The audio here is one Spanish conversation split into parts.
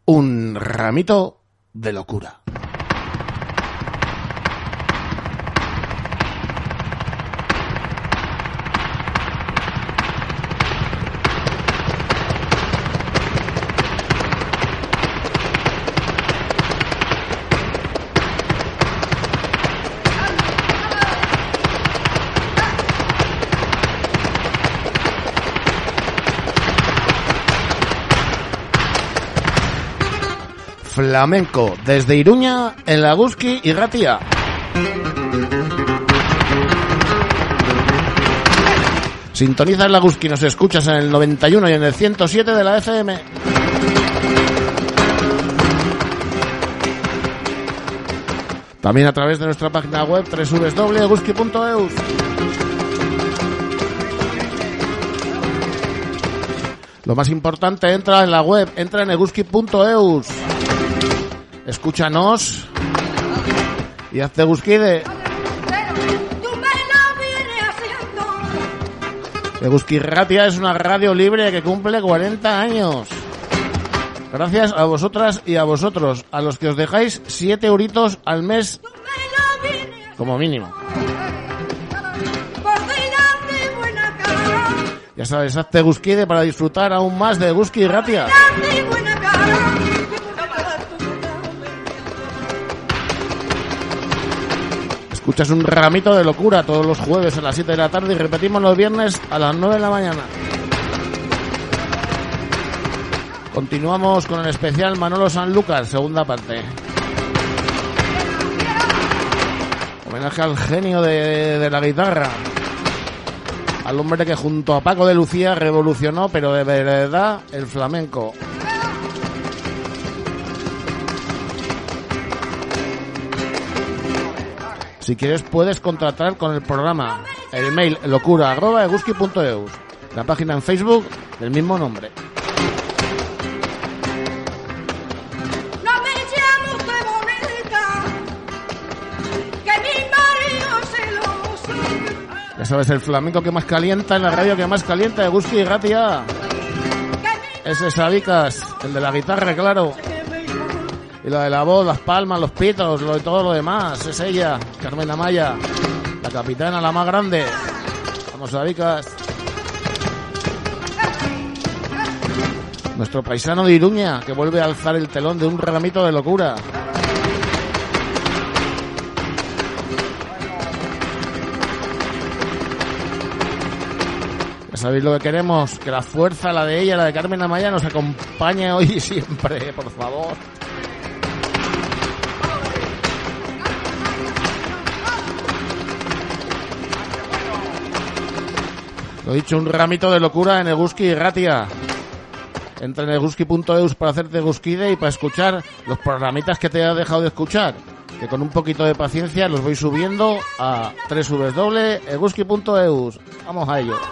Un ramito de locura. Flamenco desde Iruña en la Eguzki Irratia. Sintoniza en la Eguzki, nos escuchas en el 91 y en el 107 de la FM. También a través de nuestra página web www.eguzki.eus. Lo más importante, entra en la web, entra en eguzki.eus. Escúchanos y hazte Eguzkide. Eguzki Irratia es una radio libre que cumple 40 años. Gracias a vosotras y a vosotros, a los que os dejáis 7 euritos al mes como mínimo. Ya sabes, hazte Eguzkide para disfrutar aún más de Eguzki Irratia. Escuchas un ramito de locura todos los jueves a las 7 de la tarde y repetimos los viernes a las 9 de la mañana. Continuamos con el especial Manolo Sanlúcar, segunda parte. Homenaje al genio de la guitarra. Al hombre que junto a Paco de Lucía revolucionó, pero de verdad, el flamenco. Si quieres puedes contratar con el programa. El mail locura@eguzki.eus. La página en Facebook del mismo nombre. Ya sabes, el flamenco que más calienta en la radio que más calienta, Eguzki Irratia. Ese Sabicas, el de la guitarra, claro. Y la de la voz, las palmas, los pitos, todo lo demás. Es ella, Carmen Amaya, la capitana, la más grande. Vamos, Sabicas. Nuestro paisano de Iruña, que vuelve a alzar el telón de un ramito de locura. Ya sabéis lo que queremos, que la fuerza, la de ella, la de Carmen Amaya, nos acompañe hoy y siempre, por favor. Lo dicho, un ramito de locura en Eguzki Irratia. Entra en eguzki.eus para hacerte Eguzkide y para escuchar los programitas que te he dejado de escuchar, que con un poquito de paciencia los voy subiendo a www.eguzki.eus. Vamos a ello.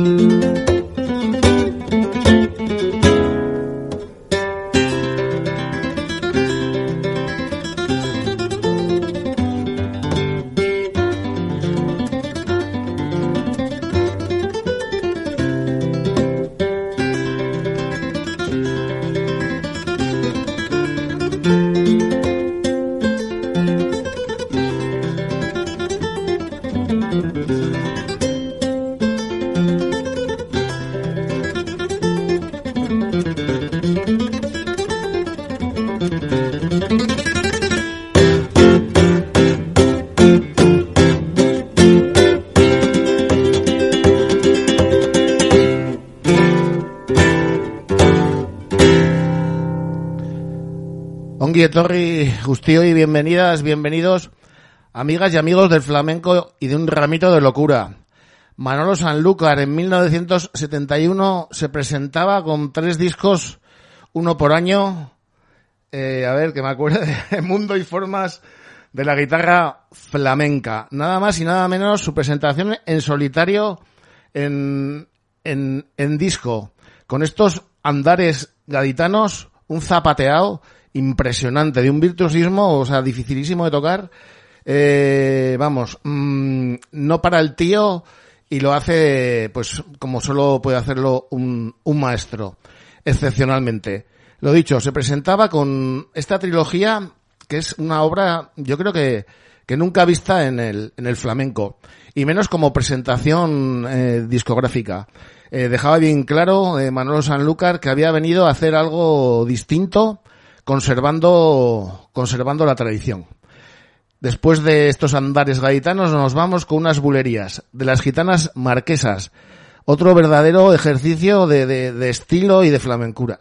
Ongi etorri guztioi, y bienvenidas, bienvenidos, amigas y amigos del flamenco y de un ramito de locura. Manolo Sanlúcar en 1971 se presentaba con 3 discos, uno por año. A ver, que me acuerde de Mundo y Formas de la guitarra flamenca. Nada más y nada menos su presentación en solitario en disco. Con estos andares gaditanos, un zapateado impresionante, de un virtuosismo, o sea, dificilísimo de tocar. No para el tío y lo hace, pues, como solo puede hacerlo un maestro, excepcionalmente. Lo dicho, se presentaba con esta trilogía, que es una obra, yo creo que nunca vista en el flamenco, y menos como presentación discográfica. Dejaba bien claro Manolo Sanlúcar que había venido a hacer algo distinto, conservando la tradición. Después de estos andares gaditanos nos vamos con unas bulerías de las gitanas marquesas, otro verdadero ejercicio de estilo y de flamencura.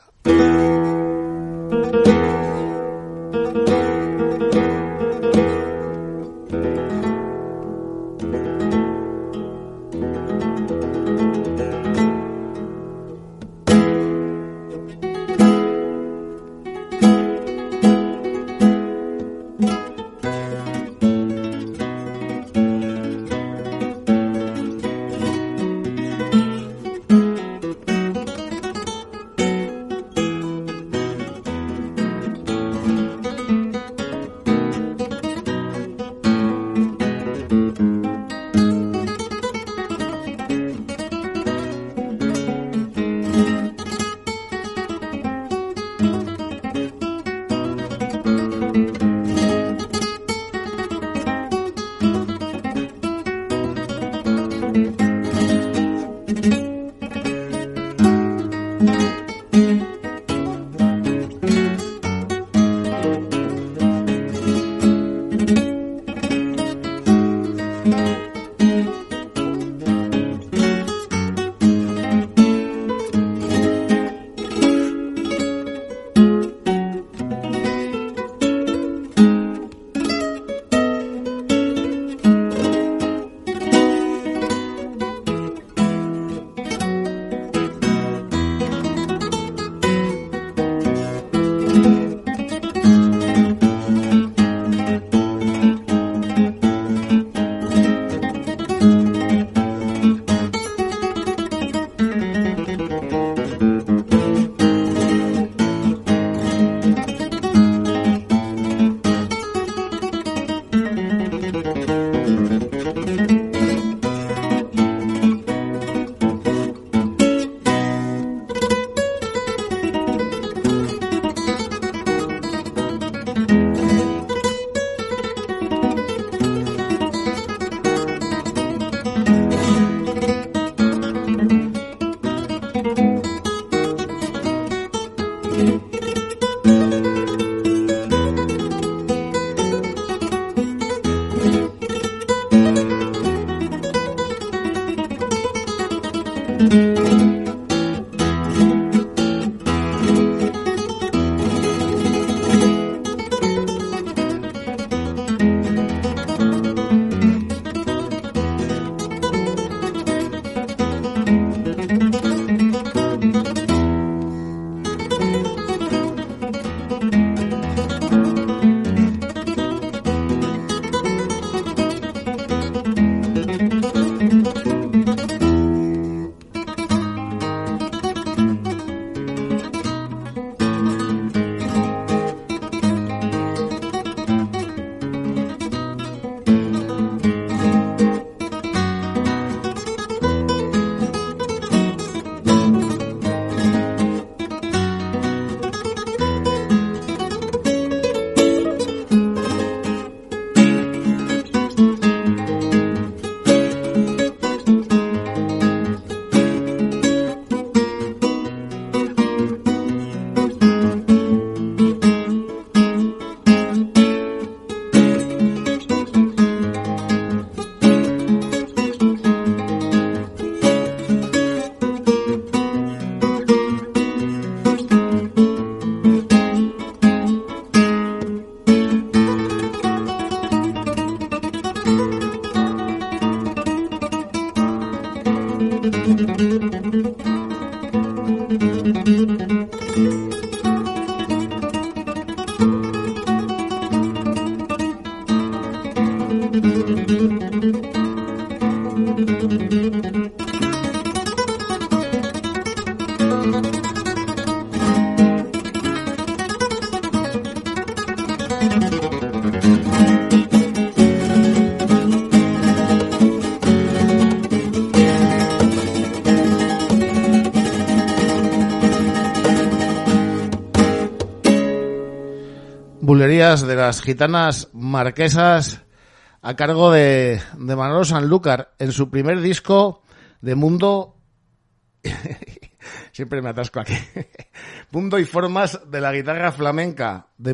Bulerías de las gitanas marquesas a cargo de Manolo Sanlúcar en su primer disco de Mundo. Siempre me atasco aquí. Mundo y formas de la guitarra flamenca de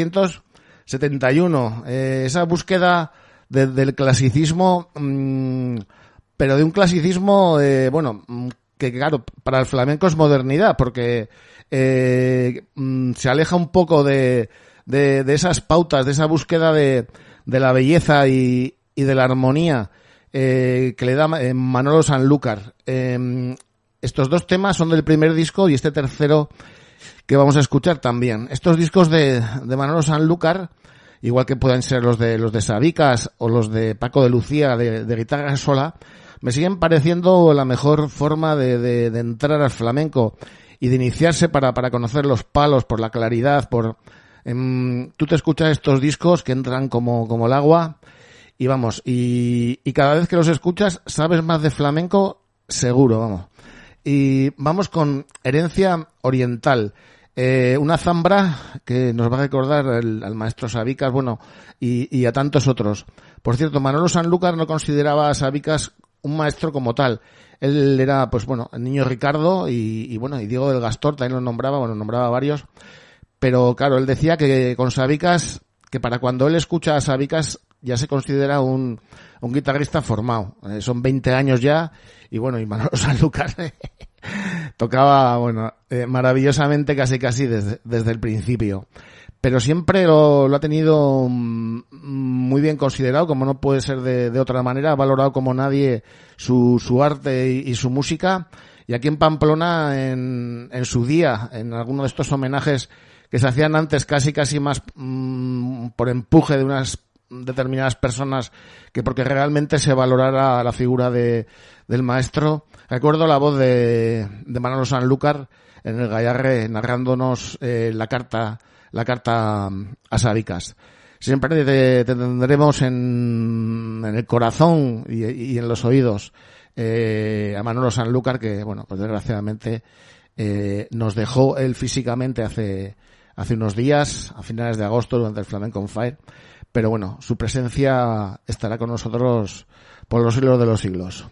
1971. Esa búsqueda del clasicismo, pero de un clasicismo, que claro, para el flamenco es modernidad, porque se aleja un poco de esas pautas, de esa búsqueda de la belleza y de la armonía que le da Manolo Sanlúcar. Estos dos temas son del primer disco y este tercero que vamos a escuchar también. Estos discos de Manolo Sanlúcar, igual que pueden ser los de Sabicas o los de Paco de Lucía de guitarra sola, me siguen pareciendo la mejor forma de entrar al flamenco y de iniciarse para conocer los palos, por la claridad, tú te escuchas estos discos que entran como el agua y vamos, y cada vez que los escuchas sabes más de flamenco seguro, vamos. Y vamos con Herencia Oriental, una zambra que nos va a recordar al maestro Sabicas, y a tantos otros. Por cierto, Manolo Sanlúcar no consideraba a Sabicas un maestro como tal. Él era, el niño Ricardo y Diego del Gastor también lo nombraba varios. Pero claro, él decía que con Sabicas, que para cuando él escucha a Sabicas ya se considera un guitarrista formado. Son 20 años ya y Manolo Sanlúcar tocaba, maravillosamente casi desde el principio. Pero siempre lo ha tenido muy bien considerado, como no puede ser de otra manera. Ha valorado como nadie su arte y su música. Y aquí en Pamplona, en su día, en alguno de estos homenajes que se hacían antes casi más por empuje de unas determinadas personas que porque realmente se valorara la figura del maestro. Recuerdo la voz de Manolo Sanlúcar en el Gayarre narrándonos la carta a Sabicas. Siempre te tendremos en el corazón y en los oídos a Manolo Sanlúcar, que desgraciadamente nos dejó él físicamente hace unos días, a finales de agosto, durante el Flamenco on Fire. Pero su presencia estará con nosotros por los siglos de los siglos.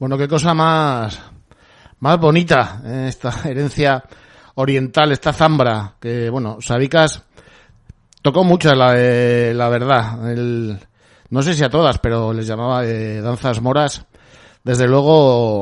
Bueno, qué cosa más bonita, esta herencia oriental, esta zambra, que bueno, Sabicas tocó muchas, la verdad. No sé si a todas, pero les llamaba danzas moras. Desde luego,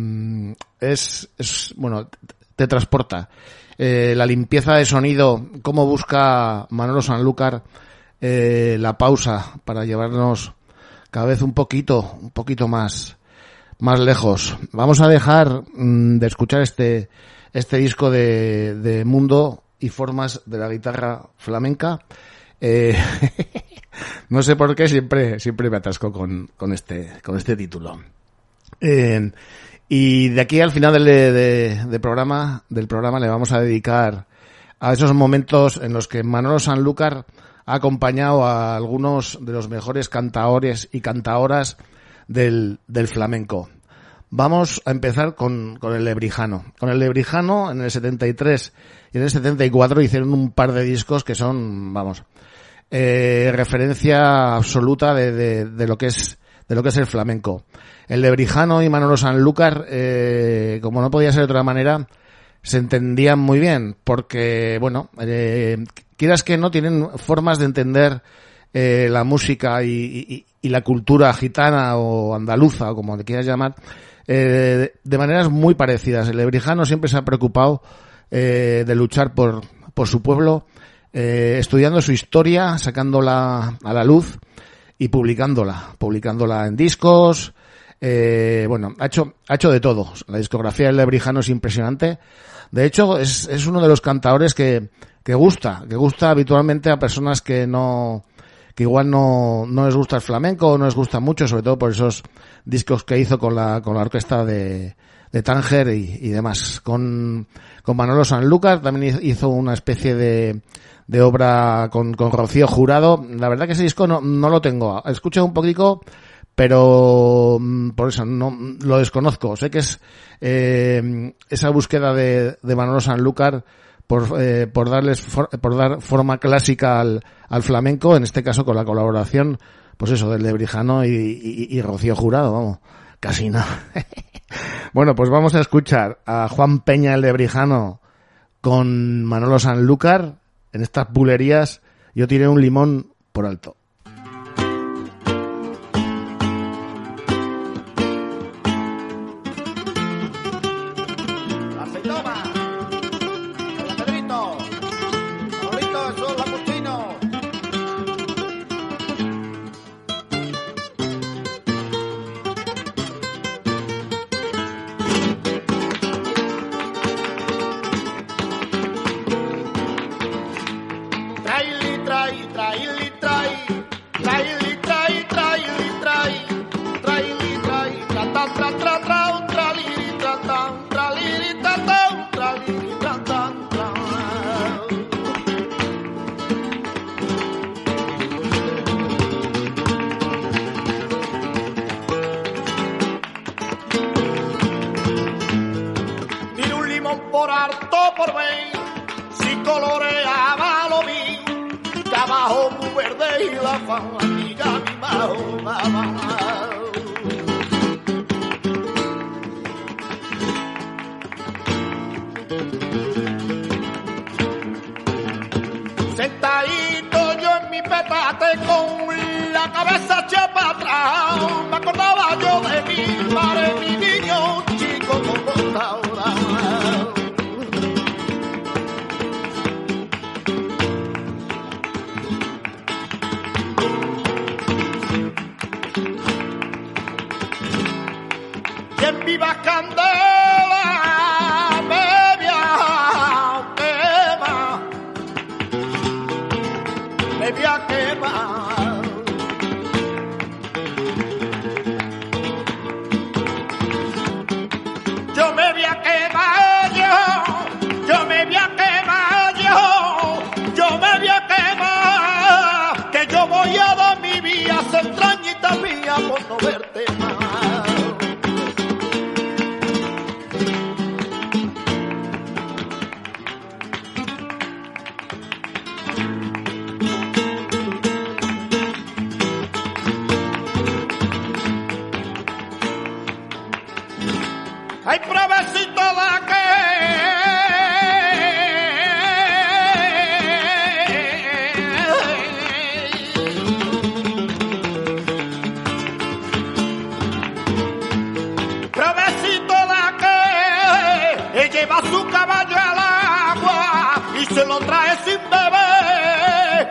bueno, te transporta. La limpieza de sonido, cómo busca Manolo Sanlúcar la pausa para llevarnos cada vez un poquito más lejos. Vamos a dejar de escuchar este disco de mundo y formas de la guitarra flamenca. No sé por qué siempre me atasco con este título. Y de aquí al final del programa le vamos a dedicar a esos momentos en los que Manolo Sanlúcar ha acompañado a algunos de los mejores cantaores y cantaoras del flamenco. Vamos a empezar con el Lebrijano. Con el Lebrijano en el 73 y en el 74 hicieron un par de discos que son, referencia absoluta de lo que es el flamenco. El Lebrijano y Manolo Sanlúcar, como no podía ser de otra manera, se entendían muy bien, porque, bueno, quieras que no, tienen formas de entender la música y la cultura gitana o andaluza, o como le quieras llamar, de maneras muy parecidas. El Lebrijano siempre se ha preocupado de luchar por su pueblo, estudiando su historia, sacándola a la luz y publicándola en discos. Ha hecho de todo. La discografía del Lebrijano es impresionante. De hecho, es uno de los cantaores que gusta habitualmente a personas que igual no les gusta el flamenco o no les gusta mucho, sobre todo por esos discos que hizo con la orquesta de Tánger y demás. Con Manolo Sanlúcar también hizo una especie de obra con Rocío Jurado. La verdad que ese disco no lo tengo. He escuchado un poquito, pero por eso no lo desconozco. Sé que es esa búsqueda de Manolo Sanlúcar por dar forma clásica al flamenco, en este caso con la colaboración, pues eso, del Lebrijano y Rocío Jurado, vamos, casi nada. Bueno, pues vamos a escuchar a Juan Peña el Lebrijano con Manolo Sanlúcar en estas bulerías. Yo tiré un limón por alto. Sentadito yo en mi petate con la cabeza echada para atrás, me acordaba yo de mi padre, mi niño chico como ahora. Y en viva candela me voy a quemar. toda que lleva su caballo al agua y se lo trae sin beber.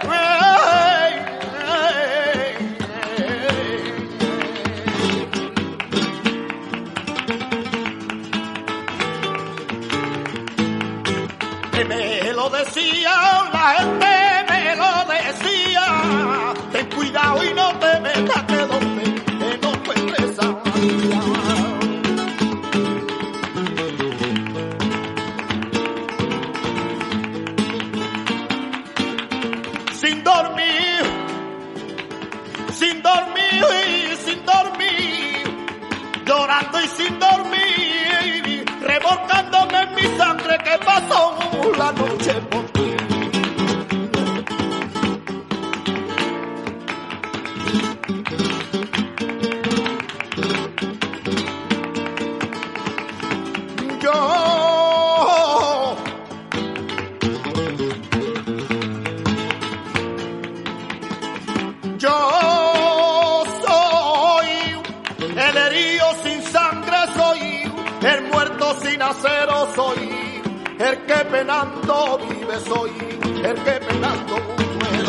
Me lo decía, la gente me lo decía. Ten cuidado y no te metas que donde no encuentres a María. Sin dormir, llorando y sin dormir, revolcándome en mi sangre que pasó la noche por ti. Yo soy el herido sin sangre, soy el muerto sin acero, soy el que penando vive, soy el que penando muere.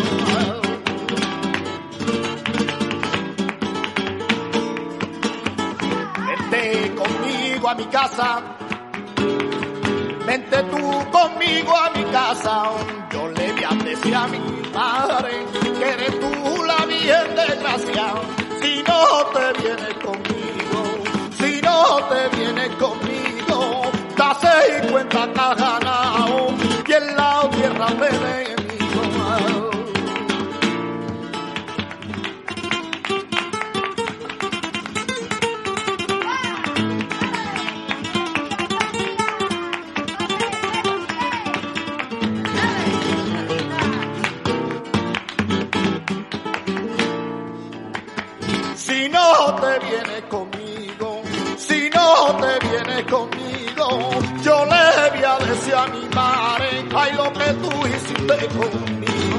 Vente conmigo a mi casa, vente tú conmigo a mi casa. Yo le voy a decir a mi madre que eres tú la Virgen de Gracia. Si no te vienes conmigo, si no te vienes conmigo, dase cuenta que has ganado y en la tierra de enemigo. Si no te vienes conmigo, si no te vienes conmigo, yo le voy a decir a mi madre, ay, lo que tú hiciste conmigo.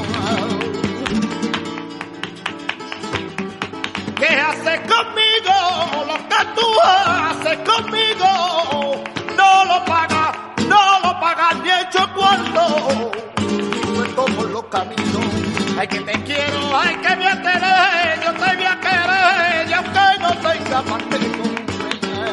¿Qué haces conmigo? Lo que tú haces conmigo, no lo pagas ni hecho cuarto, y como los caminos. Ay, que te quiero, ay, que me ateré, yo te voy a querer, y aunque no tenga más que comprender.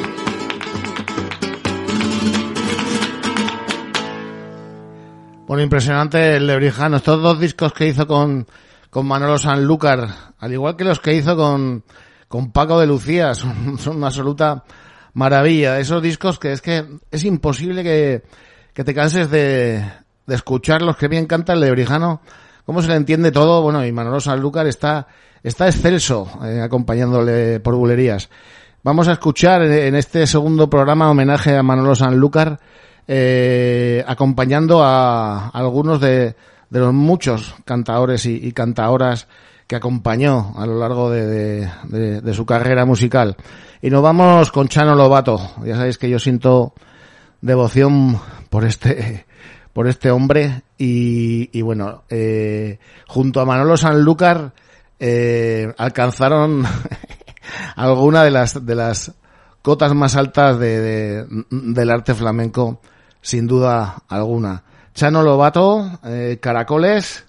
Bueno, impresionante el Lebrijano. Estos dos discos que hizo con Manolo Sanlúcar, al igual que los que hizo con Paco de Lucía, son una absoluta maravilla. Esos discos que es imposible que te canses de escucharlos. Que bien canta el Lebrijano. Cómo se le entiende todo. Bueno, y Manolo Sanlúcar está excelso acompañándole por bulerías. Vamos a escuchar en este segundo programa homenaje a Manolo Sanlúcar, acompañando a algunos de los muchos cantaores y cantaoras que acompañó a lo largo de su carrera musical. Y nos vamos con Chano Lobato. Ya sabéis que yo siento devoción por este hombre y bueno, junto a Manolo Sanlúcar alcanzaron alguna de las cotas más altas del arte flamenco, sin duda alguna. Chano Lobato, Caracoles,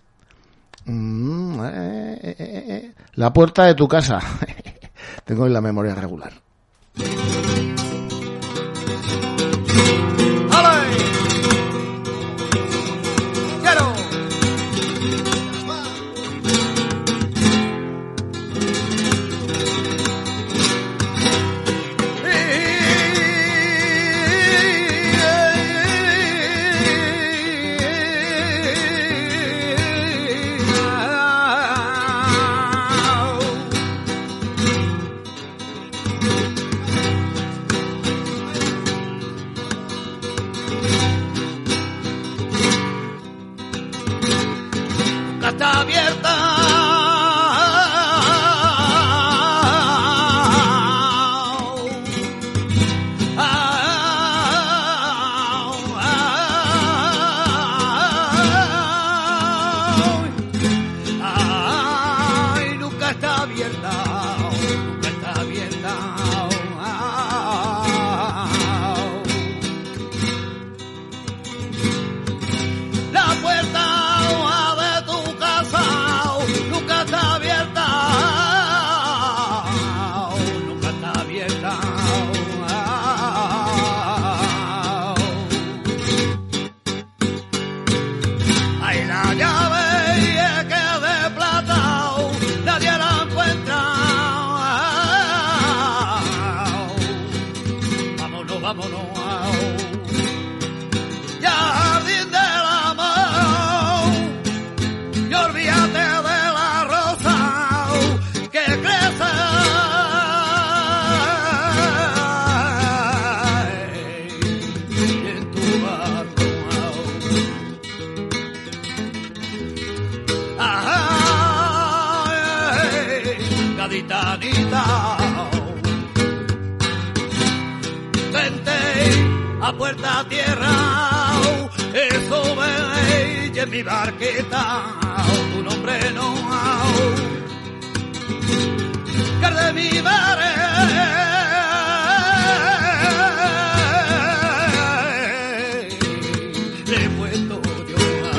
La puerta de tu casa. Tengo en la memoria regular. Ya jardín del amor, y olvídate de la rosa que crece en tu barco. Gaditanita, vente a puerta tierra, eso ve y en mi barqueta, tu nombre no, que de mi madre le he puesto yo.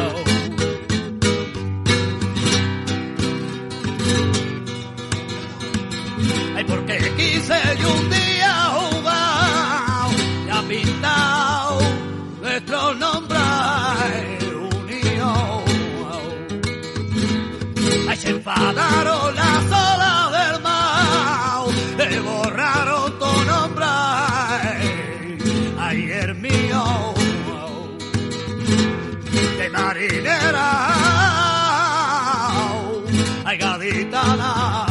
Ay, porque quise yo un día jugar y ha pintado nuestros nombres unidos. Ay, se enfadaron las olas del mar, le borraron tu nombre, ay, el mío, de marinera, ay, gaditana.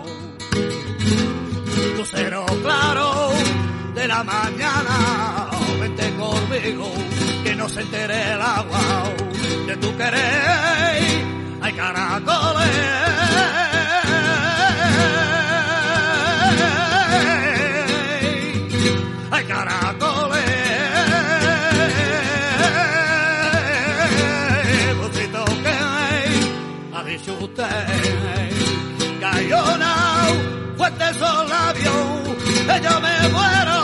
Lucero claro de la mañana, vente conmigo, que no se entere el agua de tu querer. Hay caracoles, hay caracoles, busito que ha dicho usted, Gallona. Fuerte son labios, yo me muero.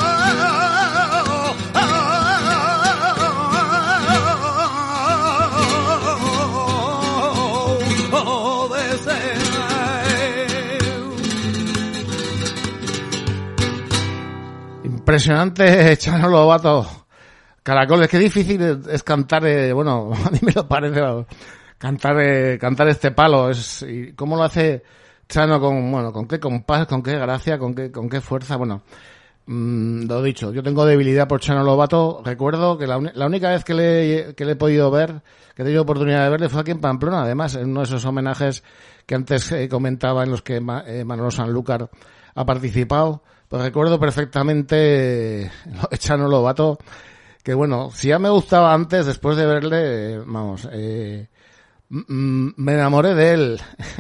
Impresionante, Chano Lobato. Caracoles, qué difícil es cantar, bueno, a mí me lo parece, cantar este palo. Y cómo lo hace Chano, con qué compás, con qué gracia, con qué fuerza. Bueno, lo dicho, yo tengo debilidad por Chano Lobato. Recuerdo que la única vez que le he podido ver, que he tenido oportunidad de verle, fue aquí en Pamplona, además, en uno de esos homenajes que antes comentaba, en los que Manolo Sanlúcar ha participado. Pues recuerdo perfectamente Chano Lobato, que bueno, si ya me gustaba antes, después de verle, me enamoré de él.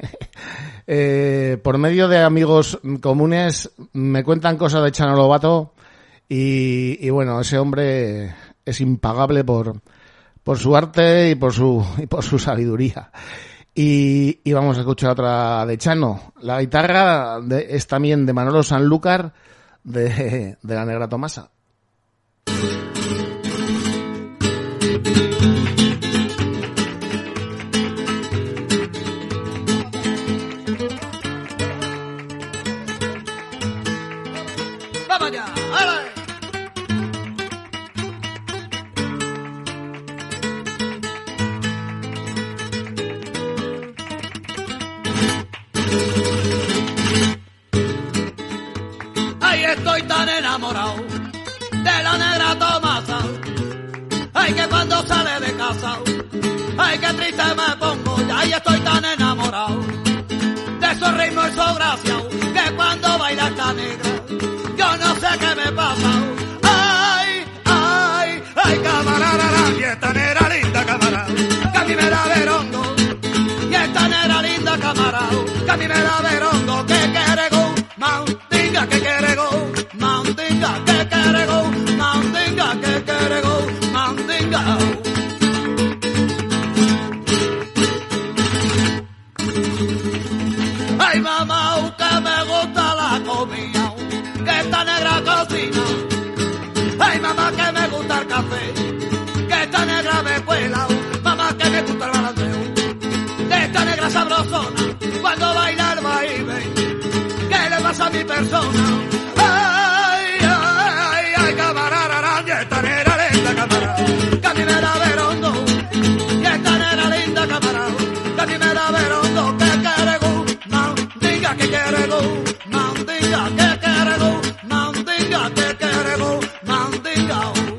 Por medio de amigos comunes me cuentan cosas de Chano Lobato y bueno, ese hombre es impagable por su arte y por su sabiduría. Y vamos a escuchar otra de Chano. La guitarra es también de Manolo Sanlúcar, de la Negra Tomasa. ¡Vamos allá! ¡Ale! Ay, estoy tan enamorado de la Negra Tomasa. Ay, que cuando sale de casa, ay, qué triste me pongo. Ay, estoy tan enamorado de su ritmo y su gracia, que cuando baila esta negra, yo no sé qué me pasa. Ay, ay, ay, camarada, y esta negra linda, camarada, que a mí me da verongo. Y esta negra linda, camarada, que a mí me da verongo. Que quiere go, mandinga, que quiere go, mandinga, que quiere go, mandinga, que quiere go, mandinga. Ay, mamá, que me gusta la comida, que esta negra cocina. Ay, mamá, que me gusta el café, que esta negra me cuela. Mamá, que me gusta el balanceo de esta negra sabrosona, cuando baila el baile, ¿qué le pasa a mi persona? Ay, ay, ay, camarada, y esta negra linda, camarada, que a mí me da verondo. Y esta negra linda, camarada, que a mí me da verondo. Que quiere go, mandinga, que quiere go, mandinga, que quiere go, mandinga, que quiere go, mandinga.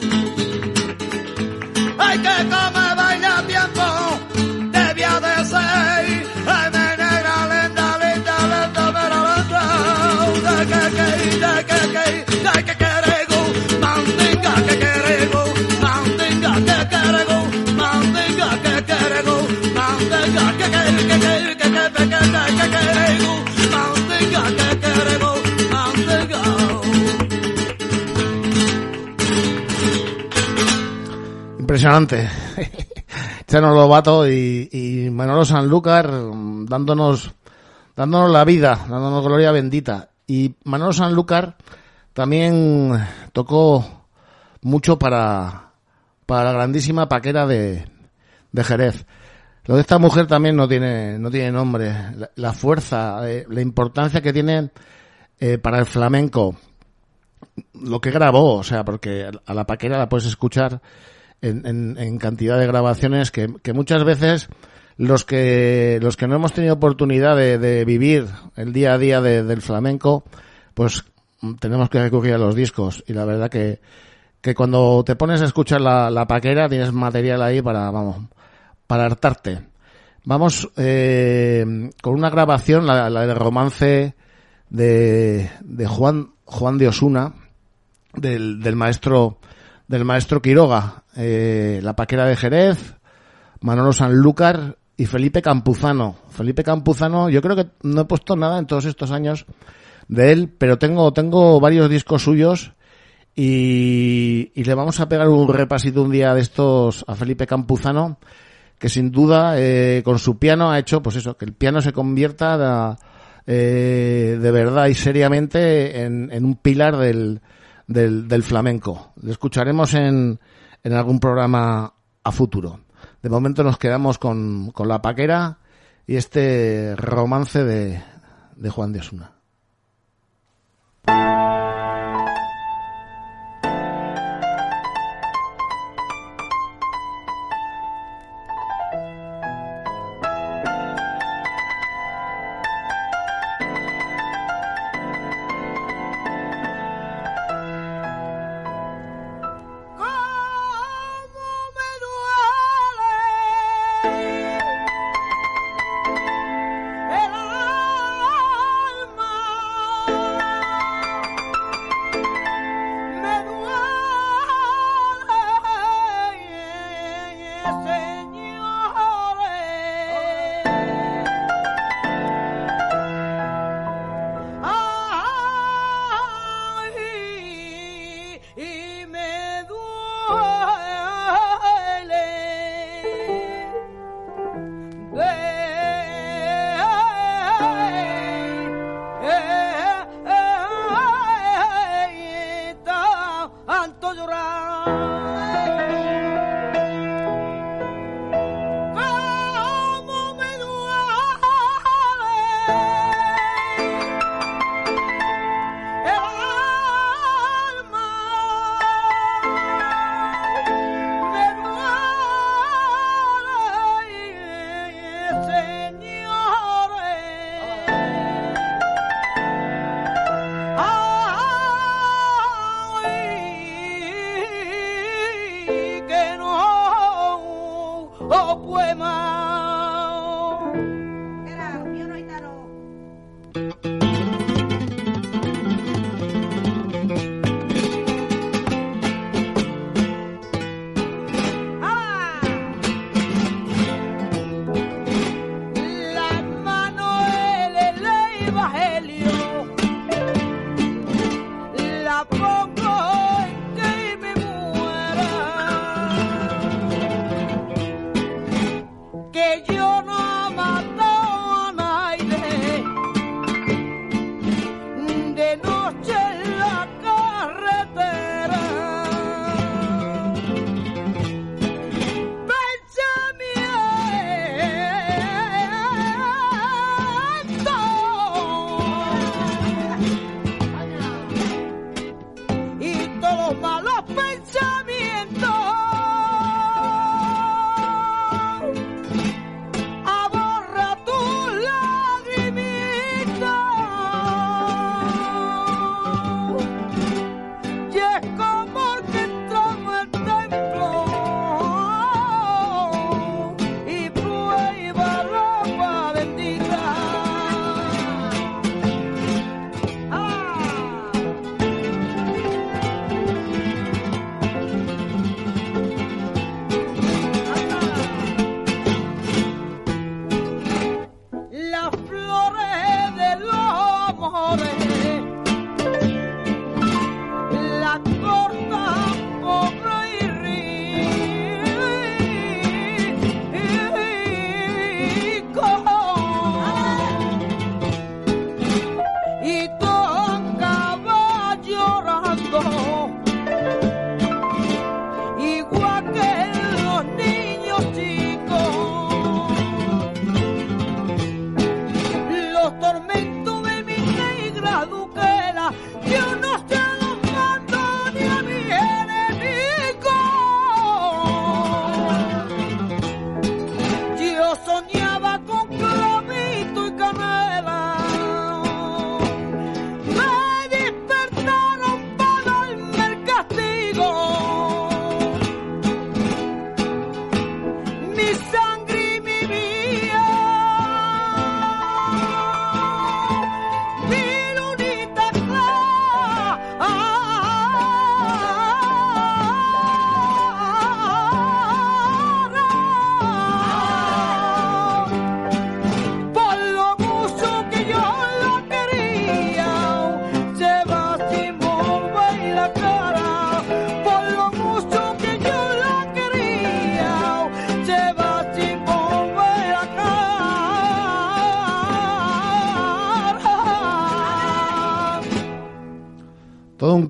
Impresionante. Chano Lobato y Manolo Sanlúcar dándonos la vida, dándonos gloria bendita. Y Manolo Sanlúcar también tocó mucho para la grandísima paquera de Jerez. Lo de esta mujer también no tiene nombre. La fuerza, la importancia que tiene para el flamenco. Lo que grabó, o sea, porque a la paquera la puedes escuchar en cantidad de grabaciones que muchas veces los que no hemos tenido oportunidad de vivir el día a día del flamenco, pues tenemos que recurrir a los discos. Y la verdad que cuando te pones a escuchar la paquera tienes material ahí para hartarte. Vamos con una grabación, la del romance de Juan de Osuna, del maestro Quiroga, la paquera de Jerez, Manolo Sanlúcar y Felipe Campuzano. Felipe Campuzano, yo creo que no he puesto nada en todos estos años de él, pero tengo varios discos suyos y le vamos a pegar un repasito un día de estos a Felipe Campuzano, que sin duda con su piano ha hecho pues eso, que el piano se convierta de verdad y seriamente en un pilar del flamenco. Lo escucharemos en algún programa a futuro. De momento nos quedamos con la paquera y este romance de Juan de Osuna.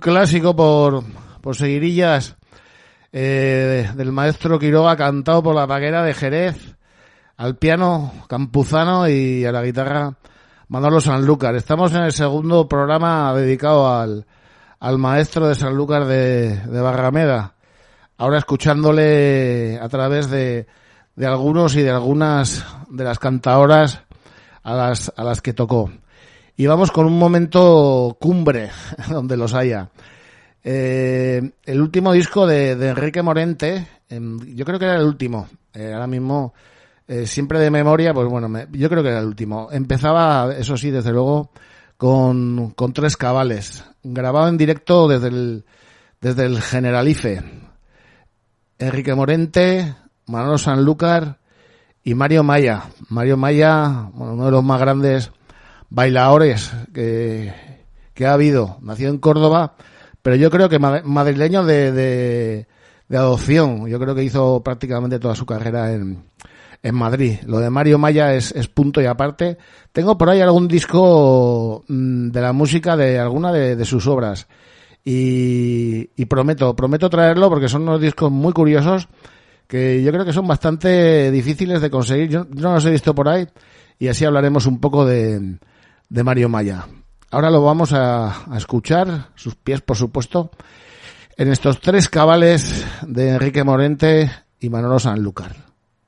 clásico por seguirillas del maestro Quiroga, cantado por la Paquera de Jerez, al piano Campuzano y a la guitarra Manolo Sanlúcar. Estamos en el segundo programa dedicado al maestro de Sanlúcar de Barrameda. Ahora escuchándole a través de algunos y de algunas de las cantaoras a las que tocó. Y vamos con un momento cumbre, donde los haya. El último disco de Enrique Morente, yo creo que era el último, ahora mismo, siempre de memoria, pues bueno, yo creo que era el último. Empezaba, eso sí, desde luego, con Tres Cabales, grabado en directo desde el Generalife. Enrique Morente, Manolo Sanlúcar y Mario Maya. Mario Maya, bueno, uno de los más grandes bailadores que ha habido. Nació en Córdoba, pero yo creo que madrileño de adopción. Yo creo que hizo prácticamente toda su carrera en Madrid. Lo de Mario Maya es punto y aparte. Tengo por ahí algún disco de la música de alguna de sus obras. Y prometo traerlo porque son unos discos muy curiosos que yo creo que son bastante difíciles de conseguir. Yo no los he visto por ahí y así hablaremos un poco de Mario Maya. Ahora lo vamos a escuchar, sus pies por supuesto, en estos Tres Cabales de Enrique Morente y Manolo Sanlúcar.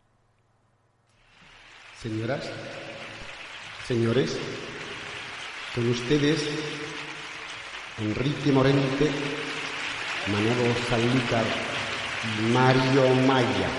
Señoras, señores, con ustedes Enrique Morente, Manolo Sanlúcar y Mario Maya.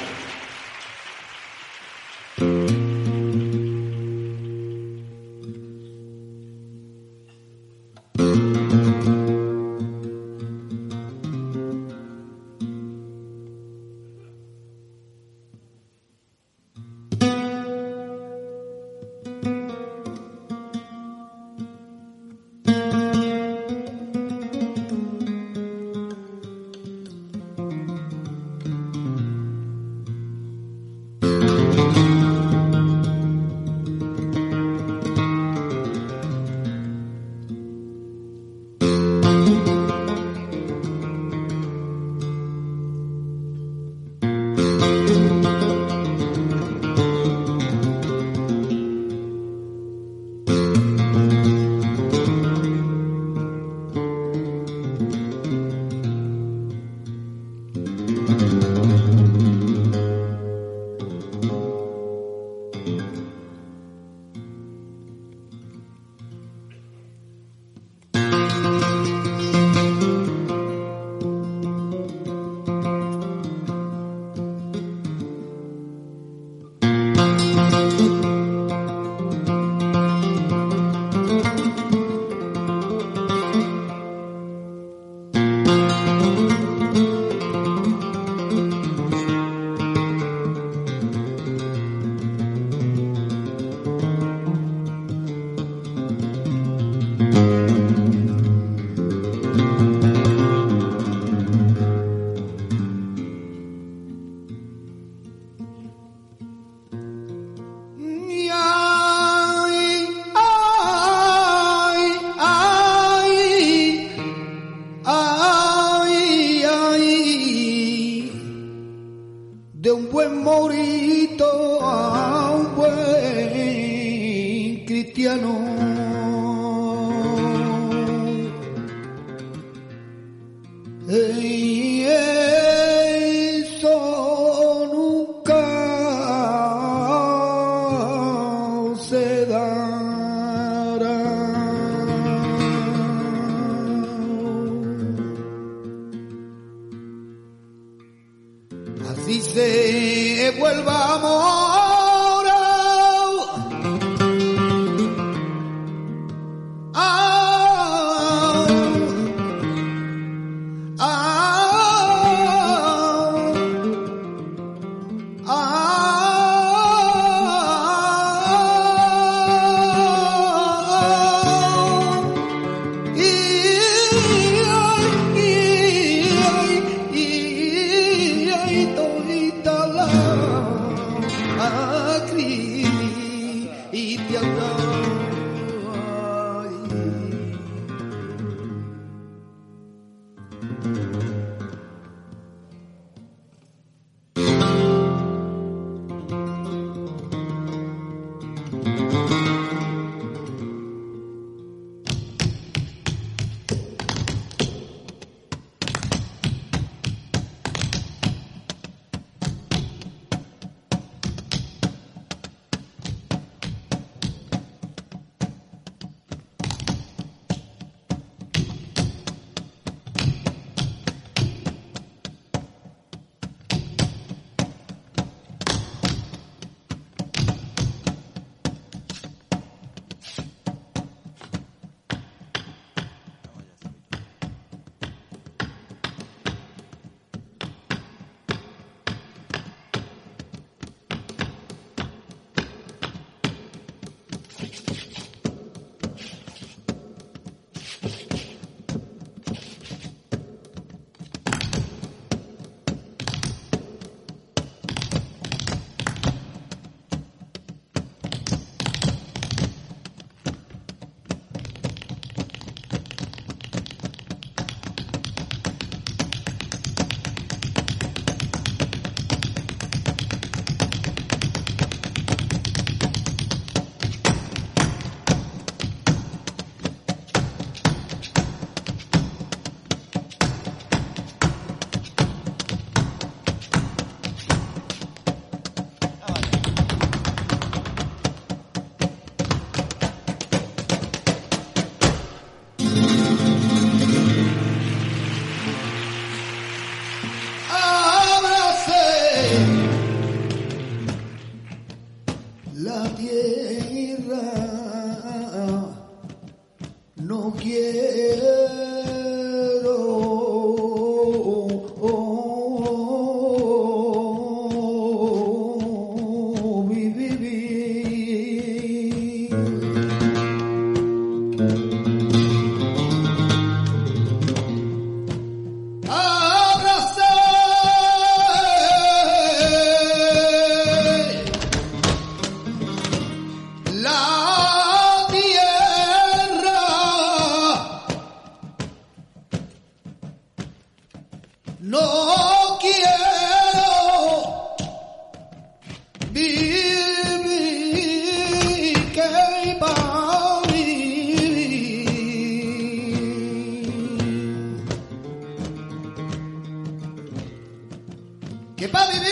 que para vivir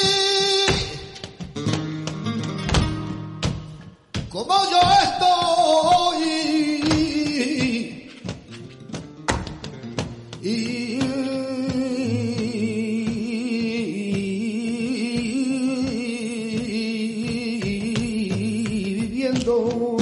como yo estoy y viviendo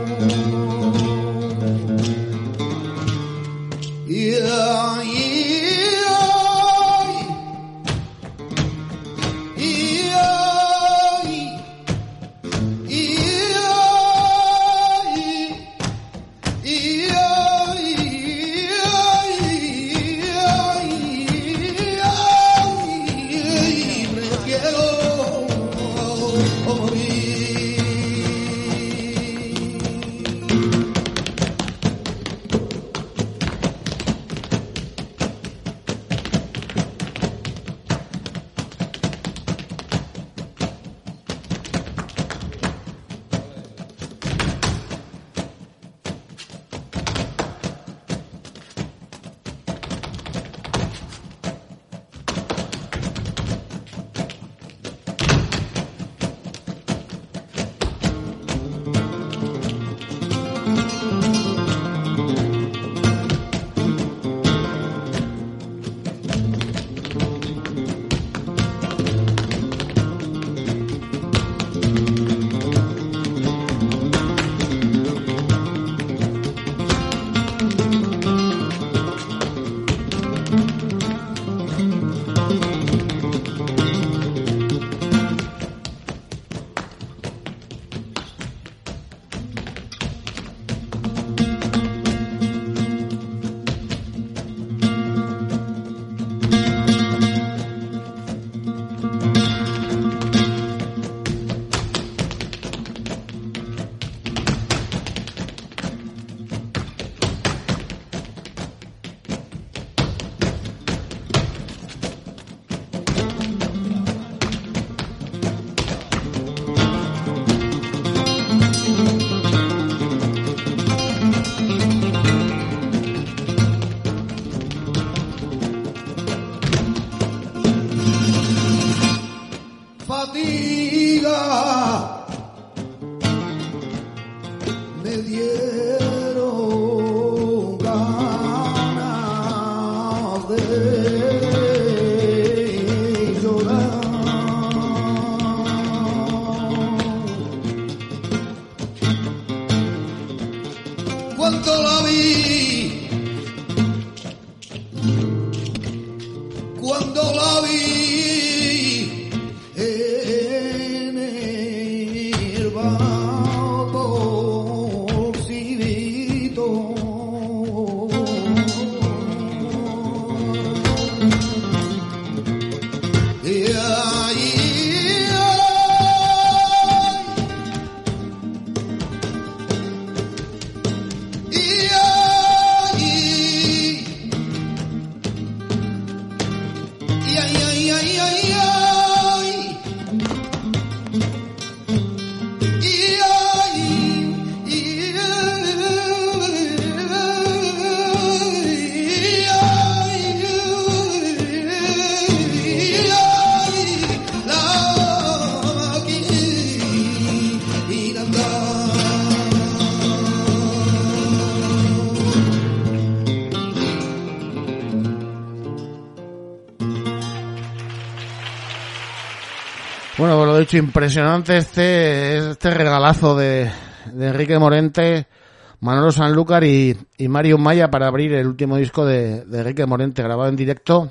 Bueno, pues lo dicho, impresionante este regalazo de Enrique Morente, Manolo Sanlúcar y Mario Maya para abrir el último disco de Enrique Morente, grabado en directo.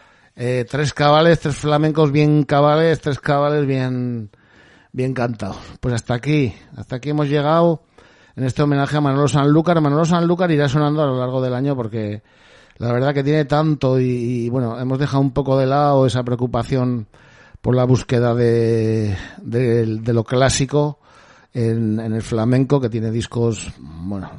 3 cabales, 3 flamencos bien cabales, 3 cabales bien cantados. Pues hasta aquí hemos llegado en este homenaje a Manolo Sanlúcar. Manolo Sanlúcar irá sonando a lo largo del año porque la verdad que tiene tanto y bueno, hemos dejado un poco de lado esa preocupación por la búsqueda de lo clásico en el flamenco, que tiene discos, bueno,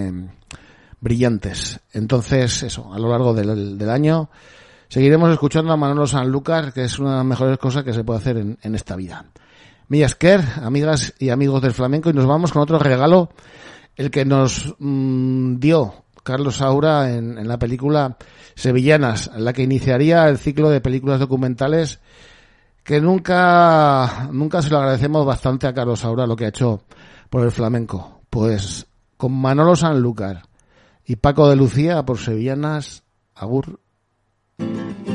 brillantes. Entonces, eso, a lo largo del año seguiremos escuchando a Manolo Sanlúcar, que es una de las mejores cosas que se puede hacer en esta vida. Milla Esker, amigas y amigos del flamenco, y nos vamos con otro regalo, el que nos dio Carlos Saura en la película Sevillanas, en la que iniciaría el ciclo de películas documentales que nunca se lo agradecemos bastante a Carlos Saura lo que ha hecho por el flamenco. Pues con Manolo Sanlúcar y Paco de Lucía por Sevillanas, agur.